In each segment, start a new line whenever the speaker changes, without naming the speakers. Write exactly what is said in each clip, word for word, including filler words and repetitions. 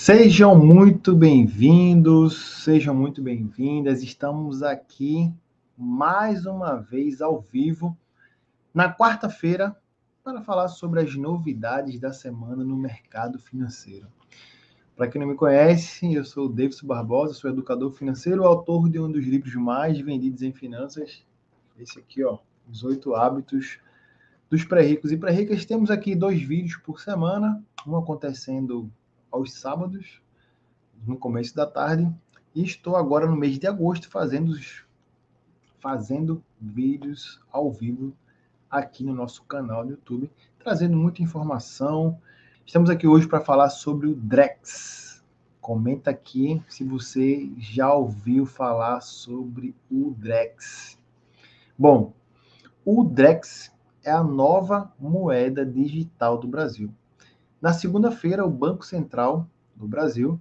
Sejam muito bem-vindos, sejam muito bem-vindas. Estamos aqui mais uma vez ao vivo na quarta-feira para falar sobre as novidades da semana no mercado financeiro. Para quem não me conhece, eu sou o Davidson Barbosa, sou educador financeiro, autor de um dos livros mais vendidos em finanças. Esse aqui, ó, Os Oito Hábitos dos Pré-Ricos e Pré-Ricas. Temos aqui dois vídeos por semana, um acontecendo aos sábados, no começo da tarde, e estou agora no mês de agosto fazendo, fazendo vídeos ao vivo aqui no nosso canal do YouTube, trazendo muita informação. Estamos aqui hoje para falar sobre o Drex. Comenta aqui se você já ouviu falar sobre o Drex. Bom, o Drex é a nova moeda digital do Brasil. Na segunda-feira, o Banco Central do Brasil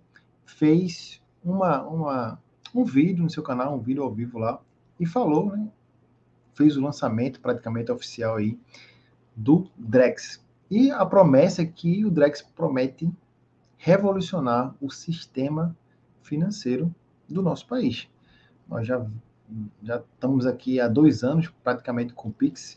fez uma, uma, um vídeo no seu canal, um vídeo ao vivo lá, e falou, né? Fez o lançamento praticamente oficial aí do Drex. E a promessa é que o Drex promete revolucionar o sistema financeiro do nosso país. Nós já, já estamos aqui há dois anos praticamente com o Pix.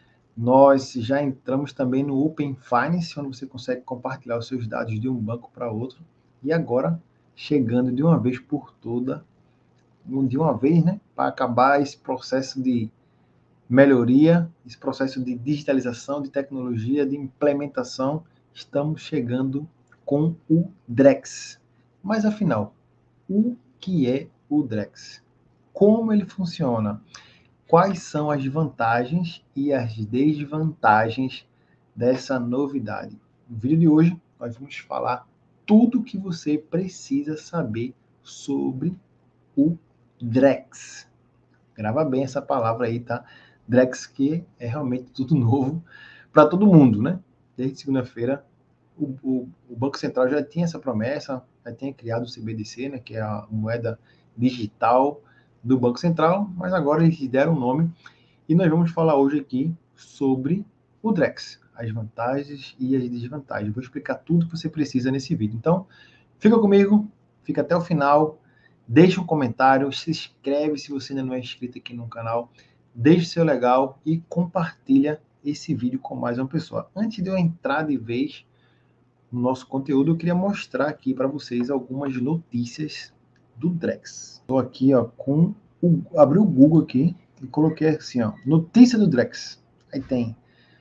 Nós já entramos também no Open Finance, onde você consegue compartilhar os seus dados de um banco para outro. E agora, chegando de uma vez por toda, de uma vez, né, para acabar esse processo de melhoria, esse processo de digitalização, de tecnologia, de implementação, estamos chegando com o Drex. Mas, afinal, o que é o Drex? Como ele funciona? Quais são as vantagens e as desvantagens dessa novidade? No vídeo de hoje, nós vamos falar tudo o que você precisa saber sobre o Drex. Grava bem essa palavra aí, tá? Drex, que é realmente tudo novo para todo mundo, né? Desde segunda-feira, o, o, o Banco Central já tinha essa promessa, já tinha criado o C B D C, né, que é a moeda digital do Banco Central, mas agora eles deram um nome e nós vamos falar hoje aqui sobre o Drex, as vantagens e as desvantagens. Eu vou explicar tudo que você precisa nesse vídeo. Então, fica comigo, fica até o final, deixa um comentário, se inscreve se você ainda não é inscrito aqui no canal, deixa o seu legal e compartilha esse vídeo com mais uma pessoa. Antes de eu entrar de vez no nosso conteúdo, eu queria mostrar aqui para vocês algumas notícias do Drex. Estou aqui, ó, com o, abri o Google aqui e coloquei assim, ó, notícia do Drex. Aí tem: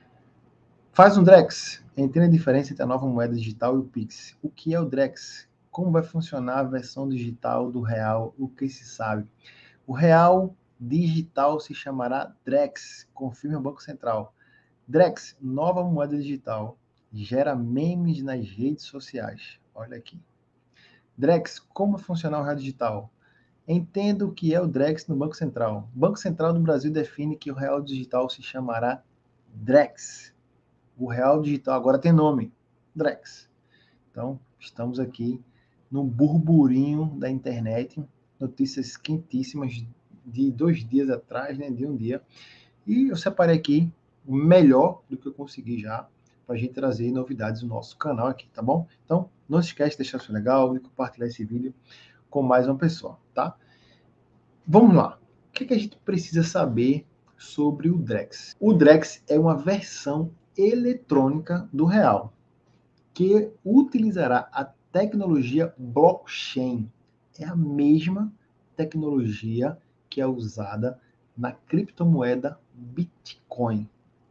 faz um Drex, entenda a diferença entre a nova moeda digital e o Pix. O que é o Drex? Como vai funcionar a versão digital do real? O que se sabe? O real digital se chamará Drex, confirma o Banco Central. Drex, nova moeda digital, gera memes nas redes sociais. Olha aqui. Drex, como funcionar o real digital? Entenda o que é o Drex no Banco Central. O Banco Central do Brasil define que o real digital se chamará Drex. O real digital agora tem nome, Drex. Então, estamos aqui no burburinho da internet, notícias quentíssimas de dois dias atrás, né, de um dia. E eu separei aqui o melhor do que eu consegui já, para a gente trazer novidades no nosso canal aqui, tá bom? Então, não se esquece de deixar seu legal e compartilhar esse vídeo com mais uma pessoa, tá? Vamos lá. O que, que a gente precisa saber sobre o Drex? O Drex é uma versão eletrônica do real, que utilizará a tecnologia blockchain. É a mesma tecnologia que é usada na criptomoeda Bitcoin.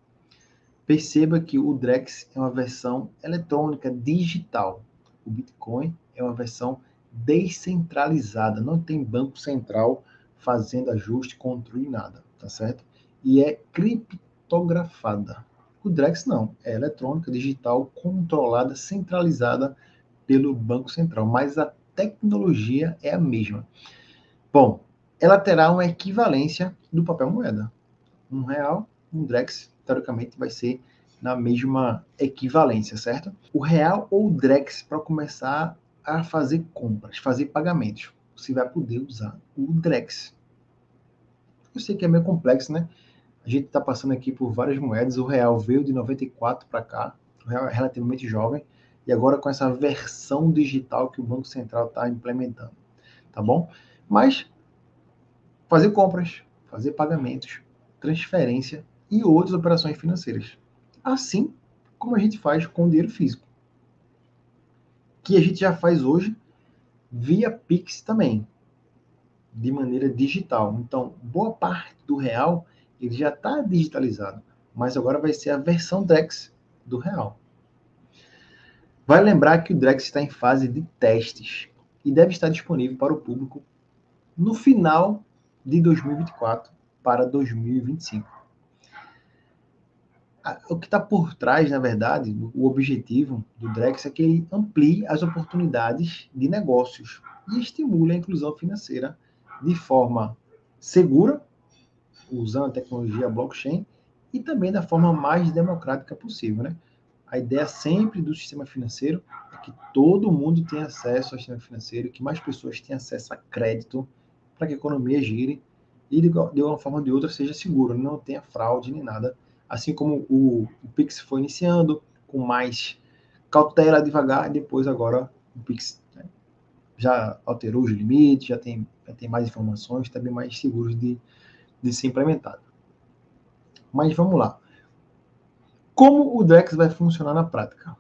Perceba que o Drex é uma versão eletrônica digital. O Bitcoin é uma versão descentralizada, não tem banco central fazendo ajuste, controle, nada, tá certo? E é criptografada. O Drex não, é eletrônica, digital, controlada, centralizada pelo Banco Central, mas a tecnologia é a mesma. Bom, ela terá uma equivalência do papel moeda. Um real, um Drex, teoricamente, vai ser na mesma equivalência, certo? O real ou o Drex, para começar a fazer compras, fazer pagamentos, você vai poder usar o Drex. Eu sei que é meio complexo, né? A gente está passando aqui por várias moedas. O real veio de noventa e quatro para cá. O real é relativamente jovem. e agora com essa versão digital que o Banco Central está implementando, tá bom? Mas fazer compras, fazer pagamentos, transferência e outras operações financeiras. Assim como a gente faz com o dinheiro físico, que a gente já faz hoje via Pix também, de maneira digital. Então, boa parte do real ele já está digitalizado, mas agora vai ser a versão Drex do real. Vale lembrar que o Drex está em fase de testes e deve estar disponível para o público no final de dois mil e vinte e quatro para dois mil e vinte e cinco. O que está por trás, na verdade, o objetivo do Drex é que ele amplie as oportunidades de negócios e estimule a inclusão financeira de forma segura, usando a tecnologia blockchain, e também da forma mais democrática possível, né? A ideia sempre do sistema financeiro é que todo mundo tenha acesso ao sistema financeiro, que mais pessoas tenham acesso a crédito para que a economia gire e de uma forma ou de outra seja seguro, não tenha fraude nem nada. Assim como o, o Pix foi iniciando, com mais cautela, devagar, e depois agora o Pix, né, já alterou os limites, já tem, já tem mais informações, também mais seguros de, de ser implementado. Mas vamos lá. Como o Drex vai funcionar na prática?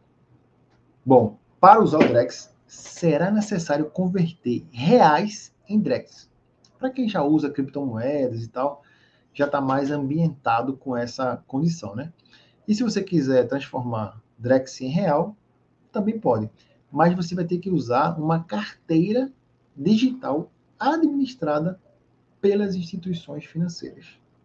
Bom, para usar o Drex, será necessário converter reais em Drex. Para quem já usa criptomoedas e tal, já está mais ambientado com essa condição, né? E se você quiser transformar Drex em real, também pode. Mas você vai ter que usar uma carteira digital administrada pelas instituições financeiras,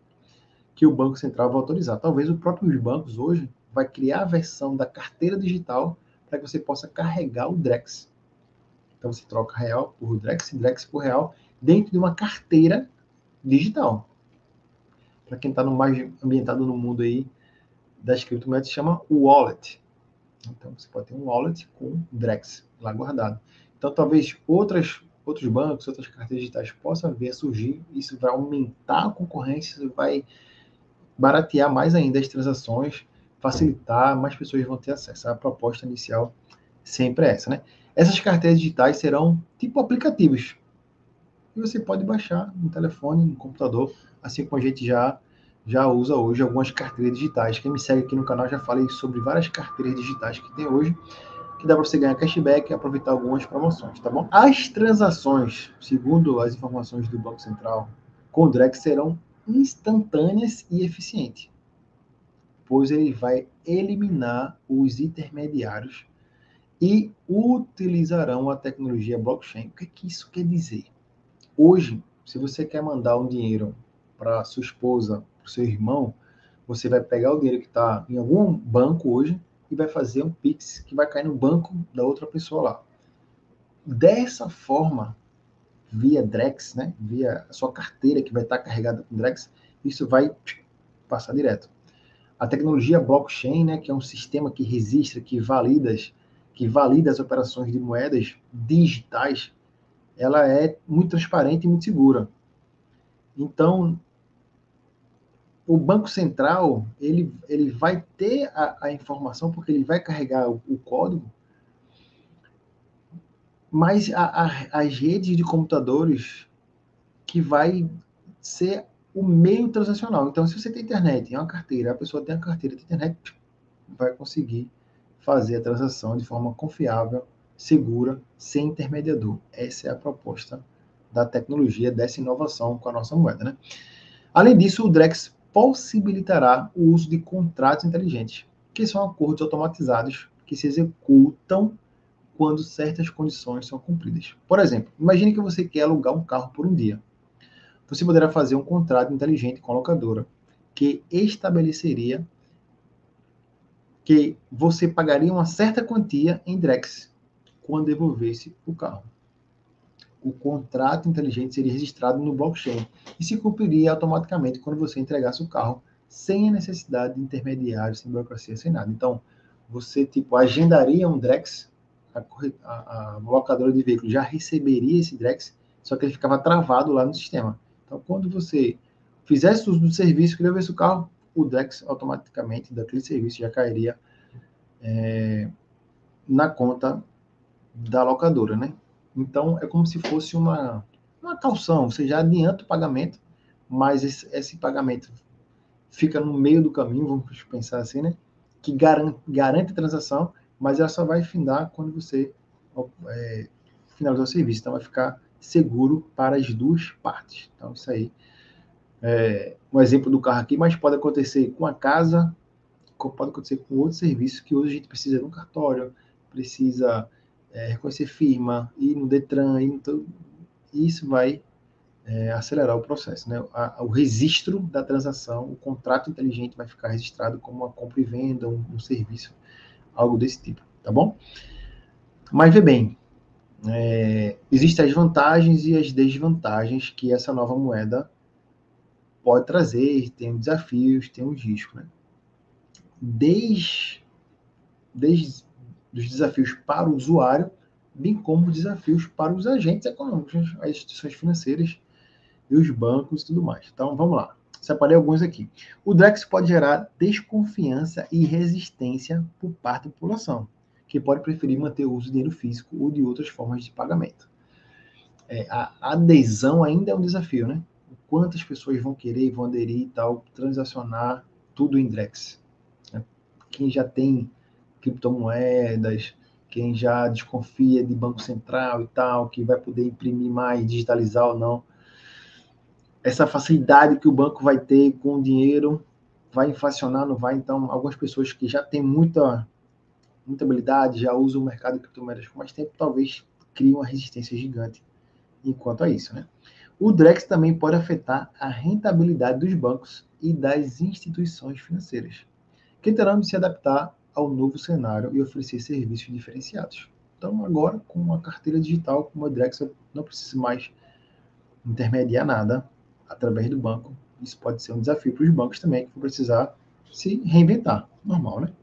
que o Banco Central vai autorizar. Talvez os próprios bancos hoje vai criar a versão da carteira digital para que você possa carregar o Drex. Então você troca real por Drex e Drex por real dentro de uma carteira digital. Para quem está mais ambientado no mundo aí das criptomoedas, se chama wallet. Então você pode ter um wallet com Drex lá guardado. Então talvez outras, outros bancos, outras carteiras digitais possam vir a surgir. Isso vai aumentar a concorrência, isso vai baratear mais ainda as transações, facilitar, mais pessoas vão ter acesso. A proposta inicial sempre é essa, né? Essas carteiras digitais serão tipo aplicativos. E você pode baixar no telefone, no computador, assim como a gente já, já usa hoje algumas carteiras digitais. Quem me segue aqui no canal já falei sobre várias carteiras digitais que tem hoje, que dá para você ganhar cashback e aproveitar algumas promoções, tá bom? As transações, segundo as informações do Banco Central, com o Drex serão instantâneas e eficientes, pois ele vai eliminar os intermediários e utilizarão a tecnologia blockchain. O que é que isso quer dizer? Hoje, se você quer mandar um dinheiro para sua esposa, para o seu irmão, você vai pegar o dinheiro que está em algum banco hoje e vai fazer um Pix que vai cair no banco da outra pessoa lá. Dessa forma, via Drex, né, via a sua carteira que vai estar carregada com Drex, isso vai passar direto. A tecnologia blockchain, né, que é um sistema que registra, que valida, que valida as operações de moedas digitais, ela é muito transparente e muito segura. Então, o Banco Central, ele, ele vai ter a, a informação, porque ele vai carregar o, o código, mas a, a, as redes de computadores que vai ser o meio transacional. Então, se você tem internet, é uma carteira, a pessoa tem a carteira, tem internet, vai conseguir fazer a transação de forma confiável, segura, sem intermediador. Essa é a proposta da tecnologia, dessa inovação com a nossa moeda, né? Além disso, o Drex possibilitará o uso de contratos inteligentes, que são acordos automatizados que se executam quando certas condições são cumpridas. Por exemplo, imagine que você quer alugar um carro por um dia. Você poderá fazer um contrato inteligente com a locadora, que estabeleceria que você pagaria uma certa quantia em Drex quando devolvesse o carro. O contrato inteligente seria registrado no blockchain e se cumpriria automaticamente quando você entregasse o carro, sem a necessidade de intermediários, sem burocracia, sem nada. Então, você tipo agendaria um Drex, a, a, a locadora de veículos já receberia esse Drex, só que ele ficava travado lá no sistema. Então, quando você fizesse uso do serviço que devolvesse o carro, o Drex automaticamente daquele serviço já cairia é, na conta da locadora, né? Então, é como se fosse uma, uma calção, você já adianta o pagamento, mas esse, esse pagamento fica no meio do caminho, vamos pensar assim, né? Que garante, garante a transação, mas ela só vai findar quando você é, finalizar o serviço. Então, vai ficar seguro para as duas partes. Então, isso aí é um exemplo do carro aqui, mas pode acontecer com a casa, pode acontecer com outro serviço que hoje a gente precisa de um cartório, precisa é, reconhecer firma, ir no Detran, ir no, isso vai é, acelerar o processo, né? A, o registro da transação, o contrato inteligente vai ficar registrado como uma compra e venda, um, um serviço, algo desse tipo, tá bom? Mas vê bem, é, existem as vantagens e as desvantagens que essa nova moeda pode trazer, tem os desafios, tem os riscos, né? Desde, desde os desafios para o usuário, bem como os desafios para os agentes econômicos, as instituições financeiras e os bancos e tudo mais. Então, vamos lá. Separei alguns aqui. O Drex pode gerar desconfiança e resistência por parte da população, que pode preferir manter o uso de dinheiro físico ou de outras formas de pagamento. É, a adesão ainda é um desafio, né? Quantas pessoas vão querer, vão aderir e tal, transacionar tudo em Drex? Quem já tem criptomoedas, quem já desconfia de Banco Central e tal, que vai poder imprimir mais, digitalizar ou não, essa facilidade que o banco vai ter com o dinheiro vai inflacionar, não vai? Então, algumas pessoas que já têm muita, muita habilidade, já usam o mercado de criptomoedas por mais tempo, talvez criem uma resistência gigante enquanto a isso, né? O Drex também pode afetar a rentabilidade dos bancos e das instituições financeiras, que terão de se adaptar ao novo cenário e oferecer serviços diferenciados. Então, agora, com uma carteira digital como a Drex, eu não preciso mais intermediar nada através do banco. Isso pode ser um desafio para os bancos também, que vão precisar se reinventar. Normal, né?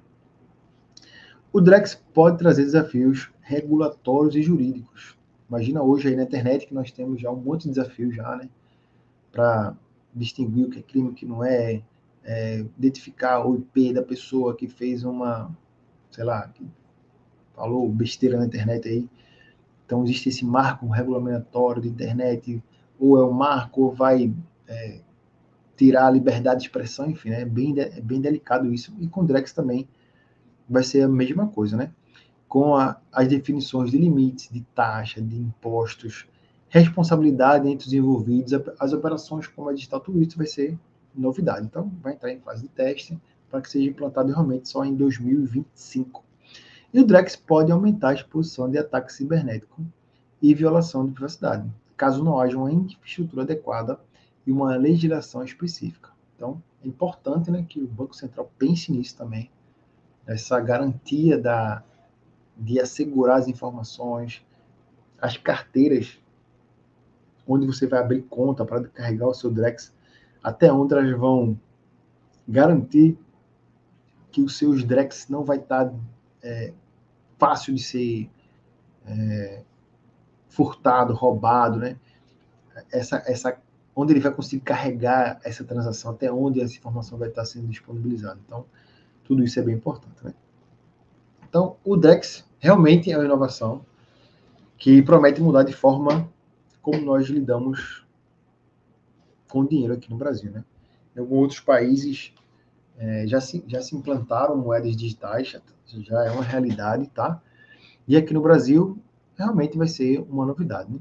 O Drex pode trazer desafios regulatórios e jurídicos. Imagina hoje aí na internet que nós temos já um monte de desafios já, né? Para distinguir o que é crime e o que não é, é, identificar o I P da pessoa que fez uma, sei lá, que falou besteira na internet aí. Então existe esse marco regulamentatório de internet, ou é um marco, ou vai é, tirar a liberdade de expressão, enfim, né? É bem, é bem delicado isso. E com o Drex também vai ser a mesma coisa, né? Com a, as definições de limites, de taxa, de impostos, responsabilidade entre os envolvidos, as operações como a digital, tudo isso vai ser novidade. Então, vai entrar em fase de teste para que seja implantado realmente só em dois mil e vinte e cinco. E o Drex pode aumentar a exposição de ataque cibernético e violação de privacidade, caso não haja uma infraestrutura adequada e uma legislação específica. Então, é importante, né, que o Banco Central pense nisso também, essa garantia da, de assegurar as informações, as carteiras, onde você vai abrir conta para carregar o seu Drex, até onde elas vão garantir que os seus Drex não vai estar é, fácil de ser é, furtado, roubado, né? Essa, essa, onde ele vai conseguir carregar essa transação, até onde essa informação vai estar sendo disponibilizada. Então, tudo isso é bem importante, né? Então, o Drex realmente é uma inovação que promete mudar de forma como nós lidamos com o dinheiro aqui no Brasil, né? Em alguns outros países é, já, se, já se implantaram moedas digitais, já é uma realidade, tá? E aqui no Brasil, realmente vai ser uma novidade, né?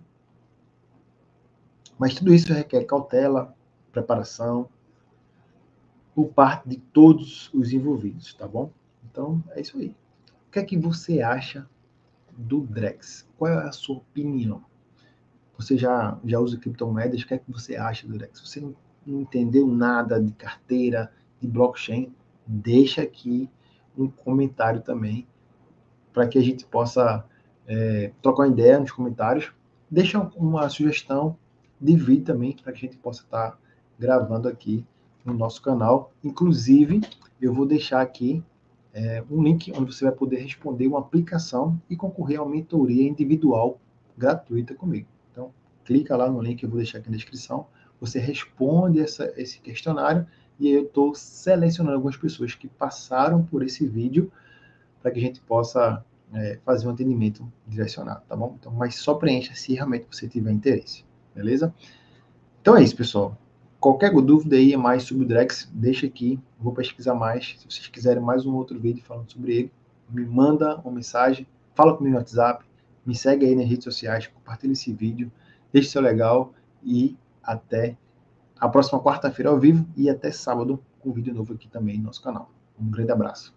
Mas tudo isso requer cautela, preparação, por parte de todos os envolvidos, tá bom? Então, é isso aí. O que é que você acha do Drex? Qual é a sua opinião? Você já, já usa criptomoedas? O que é que você acha do Drex? Você não, não entendeu nada de carteira, de blockchain? Deixa aqui um comentário também, para que a gente possa é, trocar uma ideia nos comentários. Deixa uma sugestão de vídeo também, para que a gente possa estar gravando aqui no nosso canal. Inclusive, eu vou deixar aqui é, um link onde você vai poder responder uma aplicação e concorrer a uma mentoria individual gratuita comigo. Então, clica lá no link que eu vou deixar aqui na descrição. Você responde essa, esse questionário e aí eu estou selecionando algumas pessoas que passaram por esse vídeo para que a gente possa é, fazer um atendimento direcionado, tá bom? Então, mas só preencha se realmente você tiver interesse, beleza? Então é isso, pessoal. Qualquer dúvida aí mais sobre o Drex, deixa aqui, vou pesquisar mais. Se vocês quiserem mais um outro vídeo falando sobre ele, me manda uma mensagem, fala comigo no WhatsApp, me segue aí nas redes sociais, compartilha esse vídeo, deixe seu legal e até a próxima quarta-feira ao vivo e até sábado com vídeo novo aqui também no nosso canal. Um grande abraço.